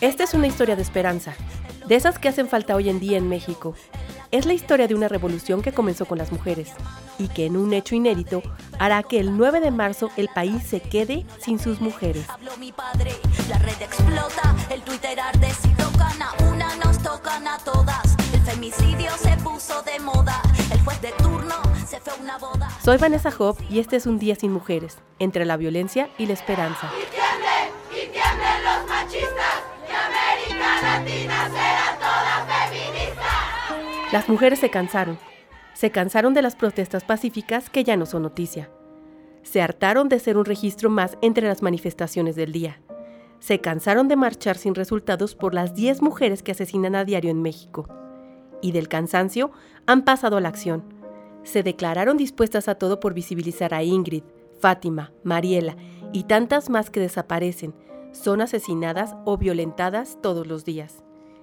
Esta es una historia de esperanza, de esas que hacen falta hoy en día en México. Es la historia de una revolución que comenzó con las mujeres y que en un hecho inédito hará que el 9 de marzo el país se quede sin sus mujeres. Habló mi padre, la red explota, el Twitter arde, si tocan a una nos tocan a todas. El femicidio se puso de moda, el juez de turno se fue a una boda. Soy Vanessa Job y este es Un Día Sin Mujeres, entre la violencia y la esperanza. Y tiemblen los machistas, y América Latina será toda feminista. Las mujeres se cansaron de las protestas pacíficas que ya no son noticia. Se hartaron de ser un registro más entre las manifestaciones del día. Se cansaron de marchar sin resultados por las 10 mujeres que asesinan a diario en México. Y del cansancio han pasado a la acción. Se declararon dispuestas a todo por visibilizar a Ingrid, Fátima, Mariela y tantas más que desaparecen, son asesinadas o violentadas todos los días.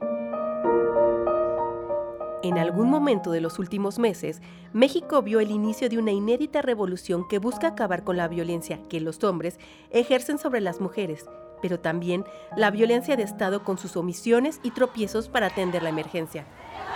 En algún momento de los últimos meses, México vio el inicio de una inédita revolución que busca acabar con la violencia que los hombres ejercen sobre las mujeres, pero también la violencia de Estado con sus omisiones y tropiezos para atender la emergencia.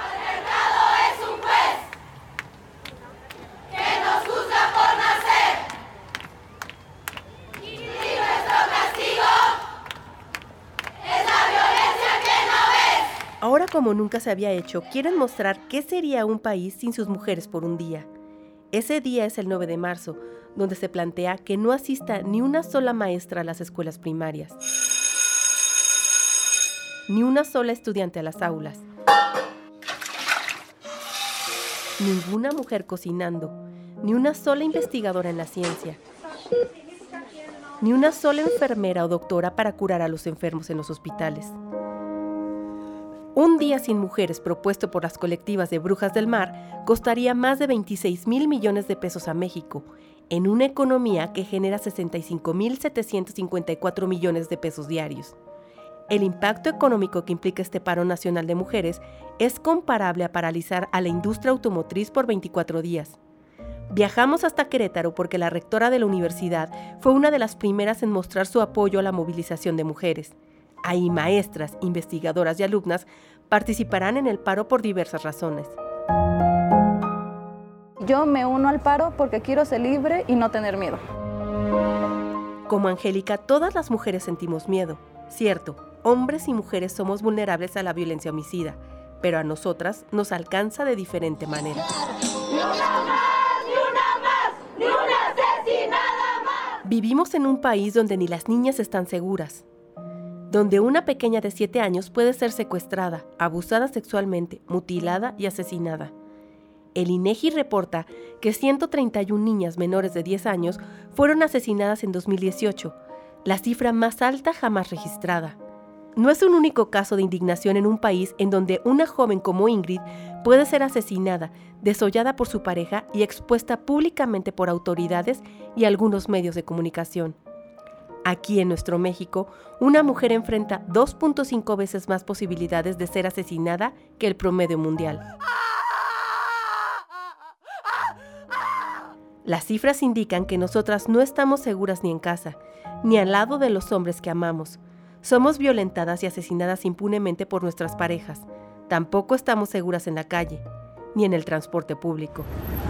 Ahora, como nunca se había hecho, quieren mostrar qué sería un país sin sus mujeres por un día. Ese día es el 9 de marzo, donde se plantea que no asista ni una sola maestra a las escuelas primarias, ni una sola estudiante a las aulas, ninguna mujer cocinando, ni una sola investigadora en la ciencia, ni una sola enfermera o doctora para curar a los enfermos en los hospitales. Un día sin mujeres propuesto por las colectivas de Brujas del Mar costaría más de 26,000 millones de pesos a México, en una economía que genera 65,754 millones de pesos diarios. El impacto económico que implica este paro nacional de mujeres es comparable a paralizar a la industria automotriz por 24 días. Viajamos hasta Querétaro porque la rectora de la universidad fue una de las primeras en mostrar su apoyo a la movilización de mujeres. Ahí maestras, investigadoras y alumnas participarán en el paro por diversas razones. Yo me uno al paro porque quiero ser libre y no tener miedo. Como Angélica, todas las mujeres sentimos miedo. Cierto, hombres y mujeres somos vulnerables a la violencia homicida, pero a nosotras nos alcanza de diferente manera. Ni una más, ni una asesinada más. Vivimos en un país donde ni las niñas están seguras, donde una pequeña de 7 años puede ser secuestrada, abusada sexualmente, mutilada y asesinada. El INEGI reporta que 131 niñas menores de 10 años fueron asesinadas en 2018, la cifra más alta jamás registrada. No es un único caso de indignación en un país en donde una joven como Ingrid puede ser asesinada, desollada por su pareja y expuesta públicamente por autoridades y algunos medios de comunicación. Aquí en nuestro México, una mujer enfrenta 2.5 veces más posibilidades de ser asesinada que el promedio mundial. Las cifras indican que nosotras no estamos seguras ni en casa, ni al lado de los hombres que amamos. Somos violentadas y asesinadas impunemente por nuestras parejas. Tampoco estamos seguras en la calle, ni en el transporte público.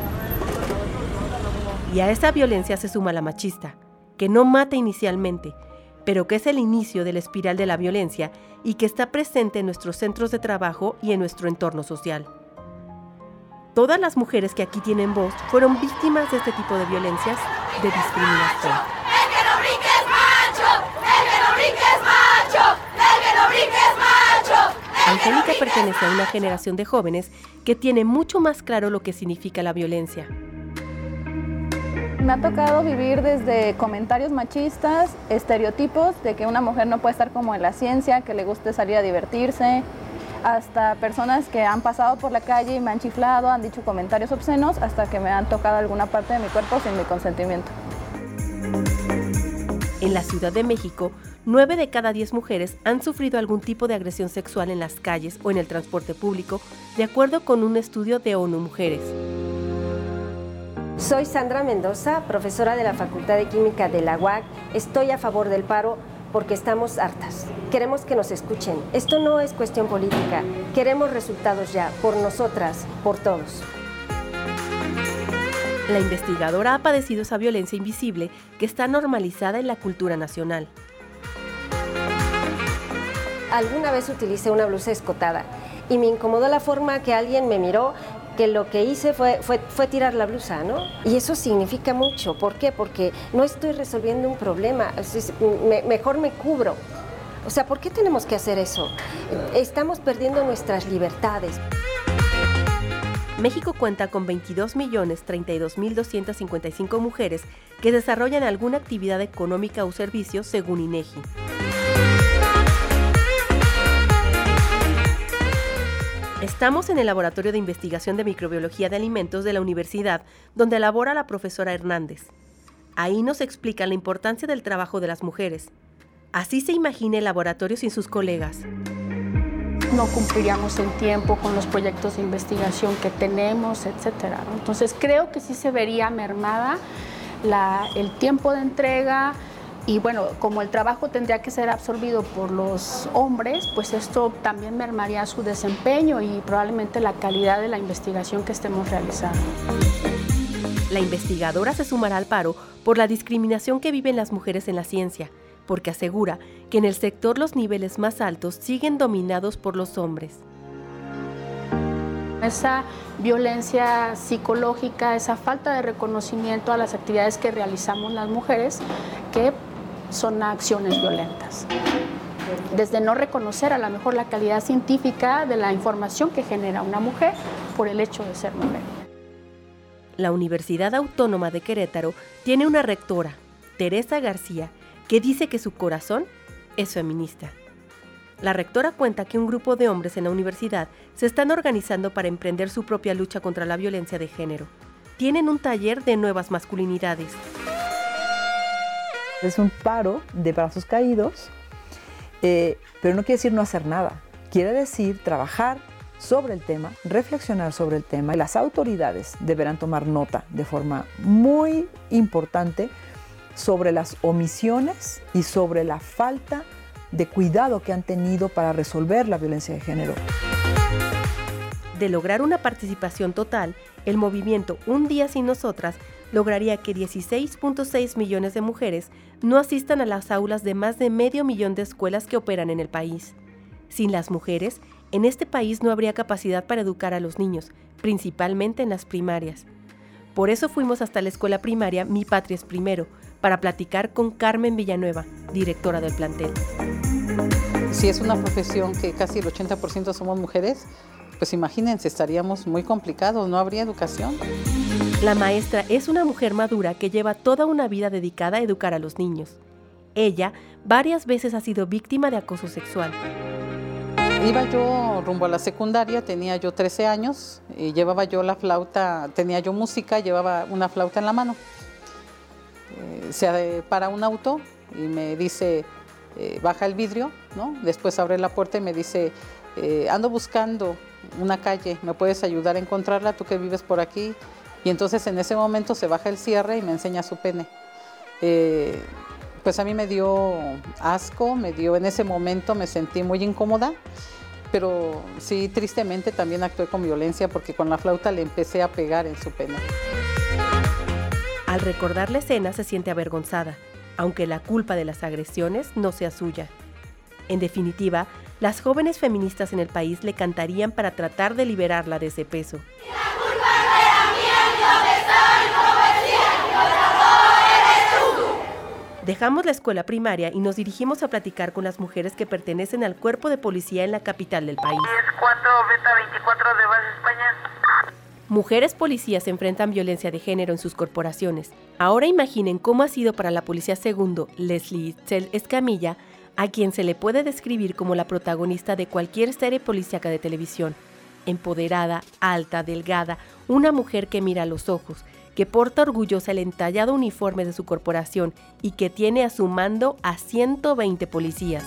Y a esa violencia se suma la machista, que no mata inicialmente, pero que es el inicio de la espiral de la violencia y que está presente en nuestros centros de trabajo y en nuestro entorno social. Todas las mujeres que aquí tienen voz fueron víctimas de este tipo de violencias, de discriminación. ¡El que no brinque es macho! ¡El que no brinque es macho! ¡El que no brinque es macho! Angélica pertenece a una generación de jóvenes que tiene mucho más claro lo que significa la violencia. Me ha tocado vivir desde comentarios machistas, estereotipos de que una mujer no puede estar como en la ciencia, que le guste salir a divertirse, hasta personas que han pasado por la calle y me han chiflado, han dicho comentarios obscenos, hasta que me han tocado alguna parte de mi cuerpo sin mi consentimiento. En la Ciudad de México, 9 de cada 10 mujeres han sufrido algún tipo de agresión sexual en las calles o en el transporte público, de acuerdo con un estudio de ONU Mujeres. Soy Sandra Mendoza, profesora de la Facultad de Química de la UAC. Estoy a favor del paro porque estamos hartas. Queremos que nos escuchen. Esto no es cuestión política. Queremos resultados ya, por nosotras, por todos. La investigadora ha padecido esa violencia invisible que está normalizada en la cultura nacional. Alguna vez utilicé una blusa escotada y me incomodó la forma que alguien me miró, que lo que hice fue tirar la blusa, ¿no? Y eso significa mucho. ¿Por qué? Porque no estoy resolviendo un problema, mejor me cubro. O sea, ¿por qué tenemos que hacer eso? Estamos perdiendo nuestras libertades. México cuenta con 22.032.255 mujeres que desarrollan alguna actividad económica o servicio según INEGI. Estamos en el Laboratorio de Investigación de Microbiología de Alimentos de la universidad, donde labora la profesora Hernández. Ahí nos explica la importancia del trabajo de las mujeres. Así se imagina el laboratorio sin sus colegas. No cumpliríamos en tiempo con los proyectos de investigación que tenemos, etcétera, ¿no? Entonces creo que sí se vería mermada el tiempo de entrega y bueno, como el trabajo tendría que ser absorbido por los hombres, pues esto también mermaría su desempeño y probablemente la calidad de la investigación que estemos realizando. La investigadora se sumará al paro por la discriminación que viven las mujeres en la ciencia, porque asegura que en el sector los niveles más altos siguen dominados por los hombres. Esa violencia psicológica, esa falta de reconocimiento a las actividades que realizamos las mujeres, que son acciones violentas. Desde no reconocer a lo mejor la calidad científica de la información que genera una mujer por el hecho de ser mujer. La Universidad Autónoma de Querétaro tiene una rectora, Teresa García, que dice que su corazón es feminista. La rectora cuenta que un grupo de hombres en la universidad se están organizando para emprender su propia lucha contra la violencia de género. Tienen un taller de nuevas masculinidades. Es un paro de brazos caídos, pero no quiere decir no hacer nada. Quiere decir trabajar sobre el tema, reflexionar sobre el tema. Las autoridades deberán tomar nota de forma muy importante sobre las omisiones y sobre la falta de cuidado que han tenido para resolver la violencia de género. De lograr una participación total, el movimiento Un Día Sin Nosotras lograría que 16.6 millones de mujeres no asistan a las aulas de más de 500.000 de escuelas que operan en el país. Sin las mujeres, en este país no habría capacidad para educar a los niños, principalmente en las primarias. Por eso fuimos hasta la escuela primaria Mi Patria es Primero, para platicar con Carmen Villanueva, directora del plantel. Si es una profesión que casi el 80% somos mujeres, pues imagínense, estaríamos muy complicados, no habría educación. La maestra es una mujer madura que lleva toda una vida dedicada a educar a los niños. Ella varias veces ha sido víctima de acoso sexual. Iba yo rumbo a la secundaria, tenía yo 13 años, y llevaba yo la flauta, tenía yo música, llevaba una flauta en la mano. Se para un auto y me dice, baja el vidrio, ¿no? Después abre la puerta y me dice, ando buscando una calle, ¿me puedes ayudar a encontrarla, tú que vives por aquí? Y entonces en ese momento se baja el cierre y me enseña su pene. Pues a mí me dio asco, en ese momento me sentí muy incómoda, pero sí, tristemente también actué con violencia porque con la flauta le empecé a pegar en su pene. Al recordar la escena se siente avergonzada, aunque la culpa de las agresiones no sea suya. En definitiva, las jóvenes feministas en el país le cantarían para tratar de liberarla de ese peso. Dejamos la escuela primaria y nos dirigimos a platicar con las mujeres que pertenecen al cuerpo de policía en la capital del país. 4 Beta 24 de base España. Mujeres policías enfrentan violencia de género en sus corporaciones. Ahora imaginen cómo ha sido para la policía segundo, Leslie Itzel Escamilla, a quien se le puede describir como la protagonista de cualquier serie policíaca de televisión. Empoderada, alta, delgada, una mujer que mira a los ojos, que porta orgullosa el entallado uniforme de su corporación y que tiene a su mando a 120 policías.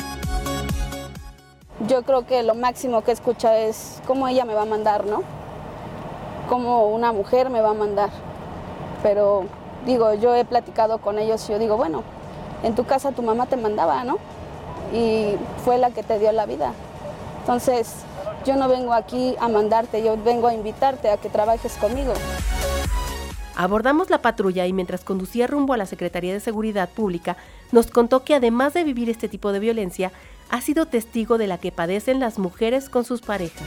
Yo creo que lo máximo que escucha es cómo ella me va a mandar, ¿no? Cómo una mujer me va a mandar. Pero digo, yo he platicado con ellos y yo digo, bueno, en tu casa tu mamá te mandaba, ¿no? Y fue la que te dio la vida. Entonces, yo no vengo aquí a mandarte, yo vengo a invitarte a que trabajes conmigo. Abordamos la patrulla y mientras conducía rumbo a la Secretaría de Seguridad Pública, nos contó que además de vivir este tipo de violencia, ha sido testigo de la que padecen las mujeres con sus parejas.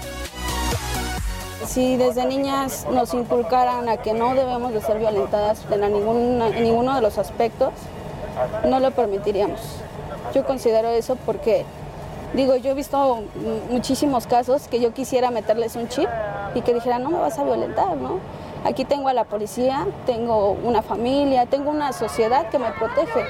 Si desde niñas nos inculcaran a que no debemos de ser violentadas en ninguno de los aspectos, no lo permitiríamos. Yo considero eso porque, digo, yo he visto muchísimos casos que yo quisiera meterles un chip y que dijeran, no me vas a violentar, ¿no? Aquí tengo a la policía, tengo una familia, tengo una sociedad que me protege.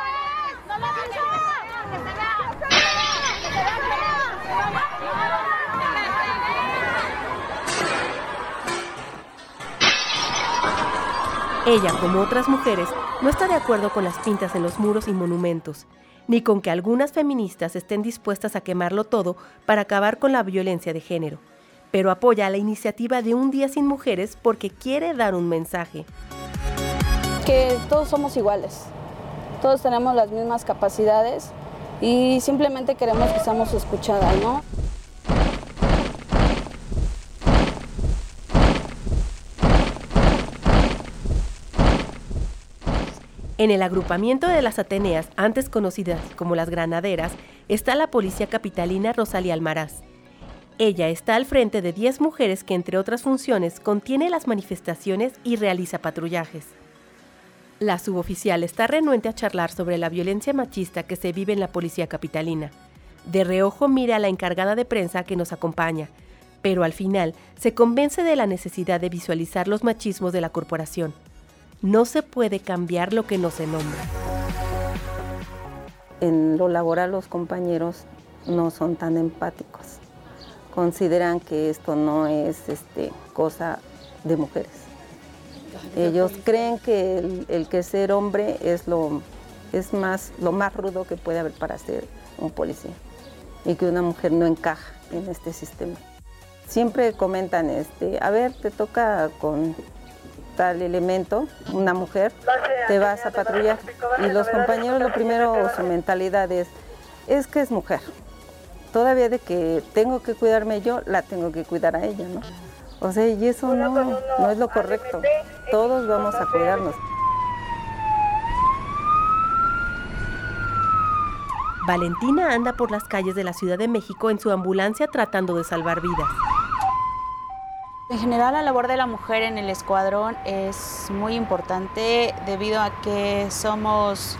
Ella, como otras mujeres, no está de acuerdo con las pintas en los muros y monumentos, ni con que algunas feministas estén dispuestas a quemarlo todo para acabar con la violencia de género, pero apoya la iniciativa de Un Día Sin Mujeres porque quiere dar un mensaje. Que todos somos iguales, todos tenemos las mismas capacidades y simplemente queremos que seamos escuchadas, ¿no? En el agrupamiento de las Ateneas, antes conocidas como las Granaderas, está la policía capitalina Rosalía Almaraz. Ella está al frente de 10 mujeres que, entre otras funciones, contiene las manifestaciones y realiza patrullajes. La suboficial está renuente a charlar sobre la violencia machista que se vive en la policía capitalina. De reojo mira a la encargada de prensa que nos acompaña, pero al final se convence de la necesidad de visualizar los machismos de la corporación. No se puede cambiar lo que no se nombra. En lo laboral los compañeros no son tan empáticos. Consideran que esto no es cosa de mujeres. Ellos creen que el que ser hombre es lo más rudo que puede haber para ser un policía y que una mujer no encaja en este sistema. Siempre comentan, a ver, te toca con tal elemento, una mujer, te vas a patrullar. Y los compañeros, lo primero, su mentalidad es que es mujer. Todavía de que tengo que cuidarme yo, la tengo que cuidar a ella, ¿no? O sea, y eso no es lo correcto. Todos vamos a cuidarnos. Valentina anda por las calles de la Ciudad de México en su ambulancia tratando de salvar vidas. En general, la labor de la mujer en el escuadrón es muy importante debido a que somos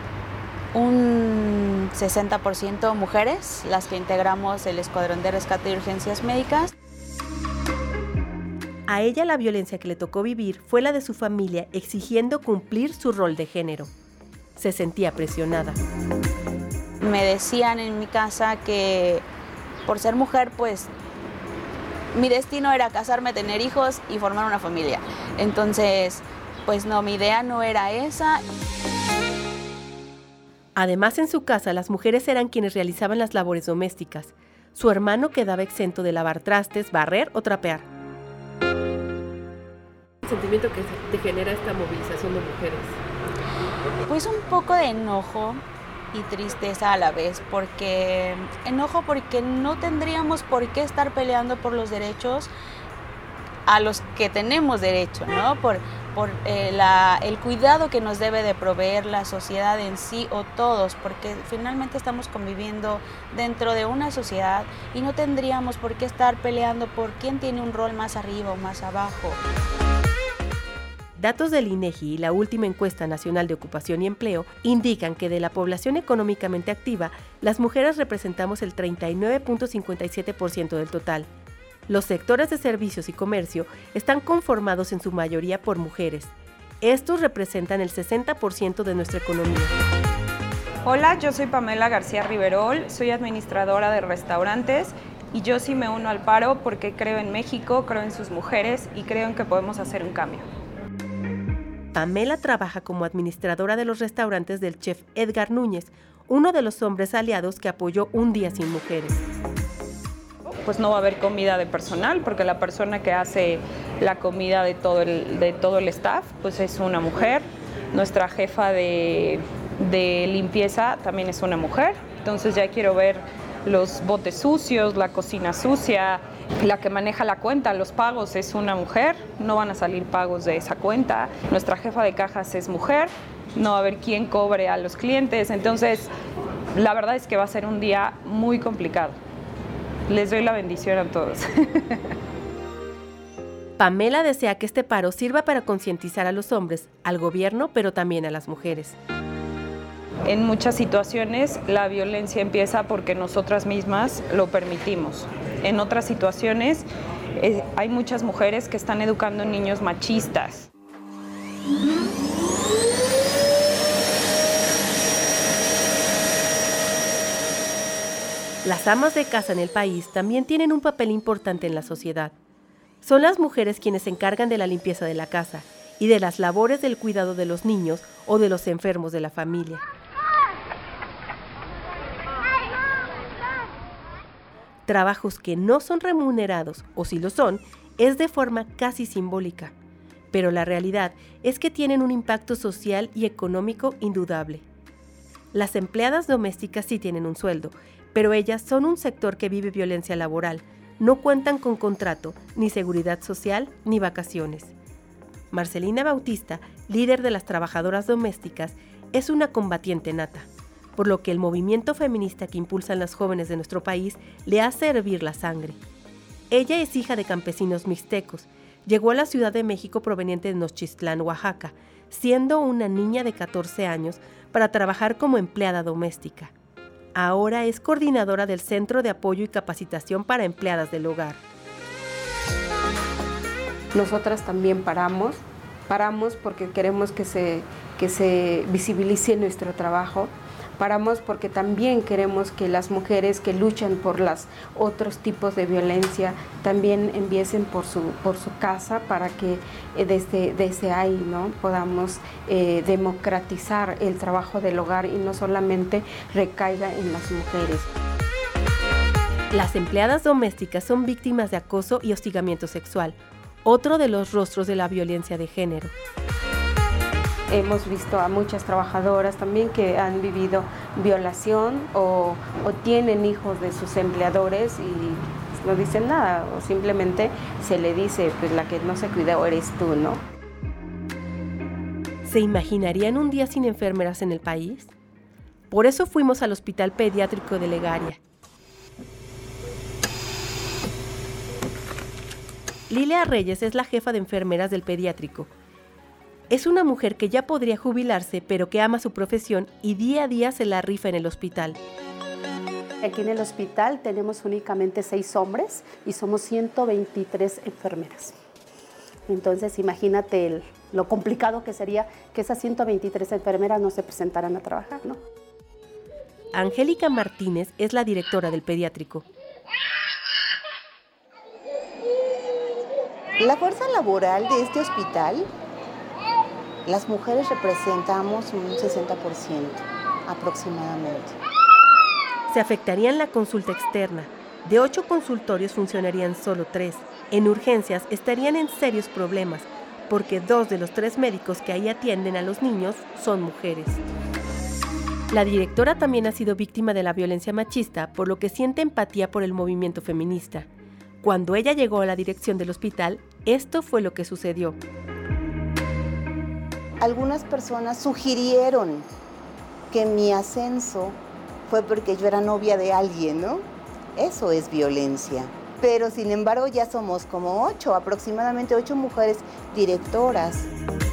un 60% mujeres las que integramos el Escuadrón de Rescate y Urgencias Médicas. A ella la violencia que le tocó vivir fue la de su familia exigiendo cumplir su rol de género. Se sentía presionada. Me decían en mi casa que por ser mujer, pues, mi destino era casarme, tener hijos y formar una familia. Entonces, pues no, mi idea no era esa. Además, en su casa, las mujeres eran quienes realizaban las labores domésticas. Su hermano quedaba exento de lavar trastes, barrer o trapear. ¿El sentimiento que te genera esta movilización de mujeres? Pues un poco de enojo y tristeza a la vez, porque no tendríamos por qué estar peleando por los derechos a los que tenemos derecho, ¿no? Por el cuidado que nos debe de proveer la sociedad en sí o todos, porque finalmente estamos conviviendo dentro de una sociedad y no tendríamos por qué estar peleando por quién tiene un rol más arriba o más abajo. Datos del INEGI y la última encuesta nacional de ocupación y empleo indican que de la población económicamente activa, las mujeres representamos el 39.57% del total. Los sectores de servicios y comercio están conformados en su mayoría por mujeres. Estos representan el 60% de nuestra economía. Hola, yo soy Pamela García Riverol, soy administradora de restaurantes y yo sí me uno al paro porque creo en México, creo en sus mujeres y creo en que podemos hacer un cambio. Pamela trabaja como administradora de los restaurantes del chef Edgar Núñez, uno de los hombres aliados que apoyó Un Día Sin Mujeres. Pues no va a haber comida de personal, porque la persona que hace la comida de todo el staff, pues es una mujer. Nuestra jefa de de limpieza también es una mujer. Entonces ya quiero ver los botes sucios, la cocina sucia, la que maneja la cuenta, los pagos es una mujer, no van a salir pagos de esa cuenta. Nuestra jefa de cajas es mujer, no va a haber quién cobre a los clientes. Entonces, la verdad es que va a ser un día muy complicado. Les doy la bendición a todos. Pamela desea que este paro sirva para concientizar a los hombres, al gobierno, pero también a las mujeres. En muchas situaciones la violencia empieza porque nosotras mismas lo permitimos. En otras situaciones hay muchas mujeres que están educando niños machistas. Las amas de casa en el país también tienen un papel importante en la sociedad. Son las mujeres quienes se encargan de la limpieza de la casa y de las labores del cuidado de los niños o de los enfermos de la familia. Trabajos que no son remunerados, o si lo son, es de forma casi simbólica. Pero la realidad es que tienen un impacto social y económico indudable. Las empleadas domésticas sí tienen un sueldo, pero ellas son un sector que vive violencia laboral, no cuentan con contrato, ni seguridad social, ni vacaciones. Marcelina Bautista, líder de las trabajadoras domésticas, es una combatiente nata, por lo que el movimiento feminista que impulsan las jóvenes de nuestro país le hace hervir la sangre. Ella es hija de campesinos mixtecos. Llegó a la Ciudad de México proveniente de Nochistlán, Oaxaca, siendo una niña de 14 años para trabajar como empleada doméstica. Ahora es coordinadora del Centro de Apoyo y Capacitación para Empleadas del Hogar. Nosotras también paramos porque queremos que se visibilice nuestro trabajo. Paramos porque también queremos que las mujeres que luchan por los otros tipos de violencia también empiecen por su casa para que desde ahí, ¿no?, podamos democratizar el trabajo del hogar y no solamente recaiga en las mujeres. Las empleadas domésticas son víctimas de acoso y hostigamiento sexual, otro de los rostros de la violencia de género. Hemos visto a muchas trabajadoras también que han vivido violación o tienen hijos de sus empleadores y no dicen nada, o simplemente se le dice, pues la que no se cuida eres tú, ¿no? ¿Se imaginarían un día sin enfermeras en el país? Por eso fuimos al Hospital Pediátrico de Legaria. Lilia Reyes es la jefa de enfermeras del pediátrico. Es una mujer que ya podría jubilarse, pero que ama su profesión y día a día se la rifa en el hospital. Aquí en el hospital tenemos únicamente 6 hombres y somos 123 enfermeras. Entonces imagínate lo complicado que sería que esas 123 enfermeras no se presentaran a trabajar, ¿no? Angélica Martínez es la directora del pediátrico. La fuerza laboral de este hospital, las mujeres representamos un 60% aproximadamente. Se afectarían la consulta externa. De 8 consultorios funcionarían solo 3. En urgencias estarían en serios problemas, porque 2 de los 3 médicos que ahí atienden a los niños son mujeres. La directora también ha sido víctima de la violencia machista, por lo que siente empatía por el movimiento feminista. Cuando ella llegó a la dirección del hospital, esto fue lo que sucedió. Algunas personas sugirieron que mi ascenso fue porque yo era novia de alguien, ¿no? Eso es violencia. Pero sin embargo ya somos como 8, aproximadamente 8 mujeres directoras.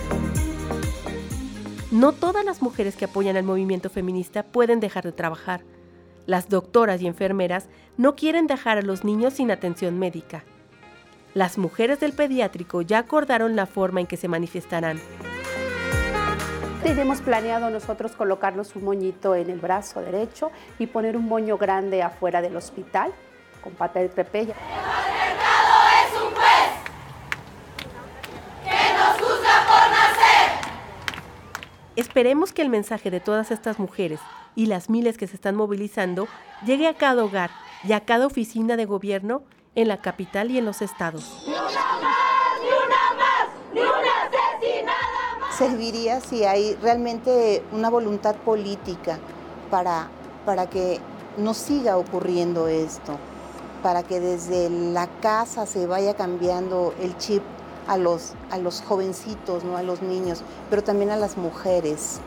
No todas las mujeres que apoyan al movimiento feminista pueden dejar de trabajar. Las doctoras y enfermeras no quieren dejar a los niños sin atención médica. Las mujeres del pediátrico ya acordaron la forma en que se manifestarán. Tenemos planeado nosotros colocarnos un moñito en el brazo derecho y poner un moño grande afuera del hospital con papel crepé. El patriarcado es un juez que nos juzga por nacer. Esperemos que el mensaje de todas estas mujeres y las miles que se están movilizando llegue a cada hogar y a cada oficina de gobierno en la capital y en los estados. serviría si hay realmente una voluntad política para que no siga ocurriendo esto, para que desde la casa se vaya cambiando el chip a los jovencitos, ¿no? A los niños, pero también a las mujeres,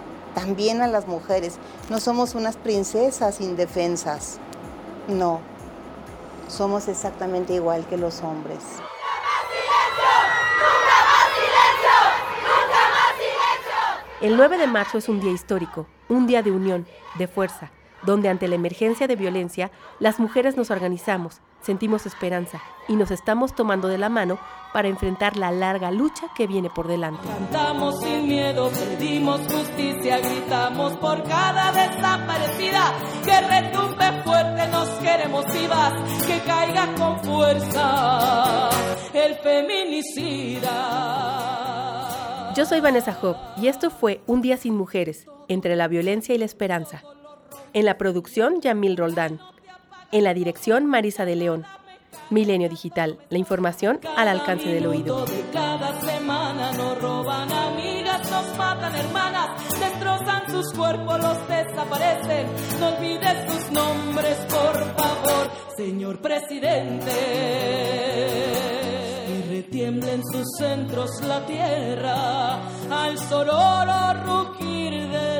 No somos unas princesas indefensas, no, somos exactamente igual que los hombres. El 9 de marzo es un día histórico, un día de unión, de fuerza, donde ante la emergencia de violencia, las mujeres nos organizamos, sentimos esperanza y nos estamos tomando de la mano para enfrentar la larga lucha que viene por delante. Cantamos sin miedo, pedimos justicia, gritamos por cada desaparecida, que retumbe fuerte, nos queremos vivas, que caiga con fuerza el feminicida. Yo soy Vanessa Job y esto fue Un Día Sin Mujeres, entre la violencia y la esperanza. En la producción, Yamil Roldán. En la dirección, Marisa de León. Milenio Digital, la información al alcance del oído. De cada semana nos roban amigas, nos matan hermanas, destrozan sus cuerpos, los desaparecen. No olvides sus nombres, por favor, señor presidente. Y retiembla en sus centros la tierra al sonoro rugir de